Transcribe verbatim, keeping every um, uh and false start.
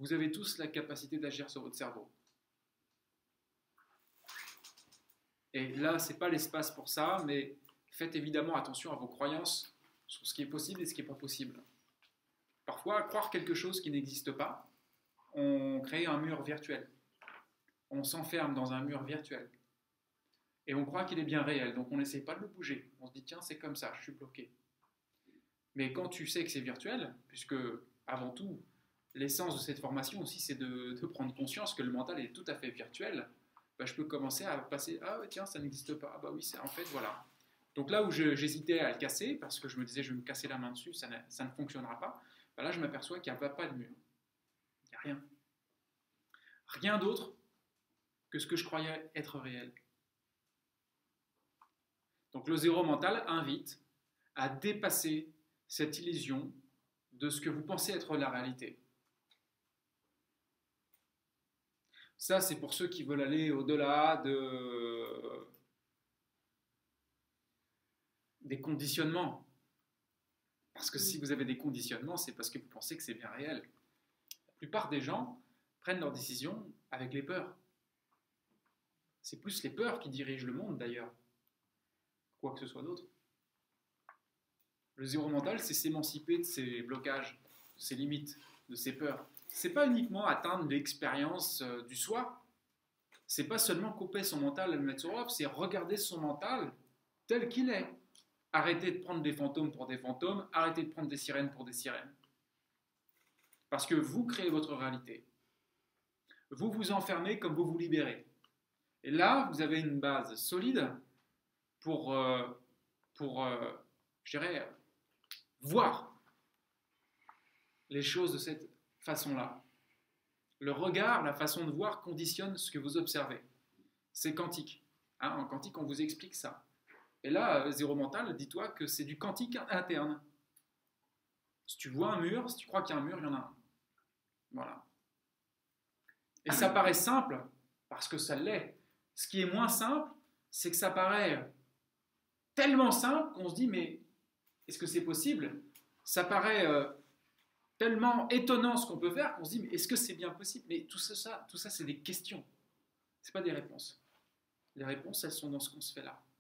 Vous avez tous la capacité d'agir sur votre cerveau. Et là, ce n'est pas l'espace pour ça, mais faites évidemment attention à vos croyances sur ce qui est possible et ce qui n'est pas possible. Parfois, croire quelque chose qui n'existe pas, on crée un mur virtuel. On s'enferme dans un mur virtuel. Et on croit qu'il est bien réel, donc on n'essaie pas de le bouger. On se dit, tiens, c'est comme ça, je suis bloqué. Mais quand tu sais que c'est virtuel, puisque, avant tout, l'essence de cette formation aussi, c'est de, de prendre conscience que le mental est tout à fait virtuel, bah, je peux commencer à passer, ah tiens, ça n'existe pas, ah bah oui, c'est en fait, voilà. Donc là où j'hésitais à le casser, parce que je me disais, je vais me casser la main dessus, ça ne, ça ne fonctionnera pas, bah là, je m'aperçois qu'il n'y a pas de mur. Il n'y a rien. Rien d'autre que ce que je croyais être réel. Donc le zéro mental invite à dépasser cette illusion de ce que vous pensez être la réalité. Ça, c'est pour ceux qui veulent aller au-delà de... des conditionnements. Parce que si vous avez des conditionnements, c'est parce que vous pensez que c'est bien réel. La plupart des gens prennent leurs décisions avec les peurs. C'est plus les peurs qui dirigent le monde, d'ailleurs, quoi que ce soit d'autre. Le zéro mental, c'est s'émanciper de ses blocages, de ses limites, de ses peurs. C'est pas uniquement atteindre l'expérience euh, du soi. C'est pas seulement couper son mental et le mettre sur off, c'est regarder son mental tel qu'il est. Arrêtez de prendre des fantômes pour des fantômes, arrêtez de prendre des sirènes pour des sirènes. Parce que vous créez votre réalité. Vous vous enfermez comme vous vous libérez. Et là, vous avez une base solide pour, euh, pour euh, je dirais, voir les choses de cette façon-là. Le regard, la façon de voir conditionne ce que vous observez. C'est quantique. Hein, en quantique, on vous explique ça. Et là, zéro mental, dis-toi que c'est du quantique interne. Si tu vois un mur, si tu crois qu'il y a un mur, il y en a un. Voilà. Et ça paraît simple, parce que ça l'est. Ce qui est moins simple, c'est que ça paraît tellement simple qu'on se dit, mais est-ce que c'est possible? Ça paraît euh, tellement étonnant ce qu'on peut faire qu'on se dit, mais est-ce que c'est bien possible? Mais tout ça, ça, tout ça, c'est des questions. Ce n'est pas des réponses. Les réponses, elles sont dans ce qu'on se fait là.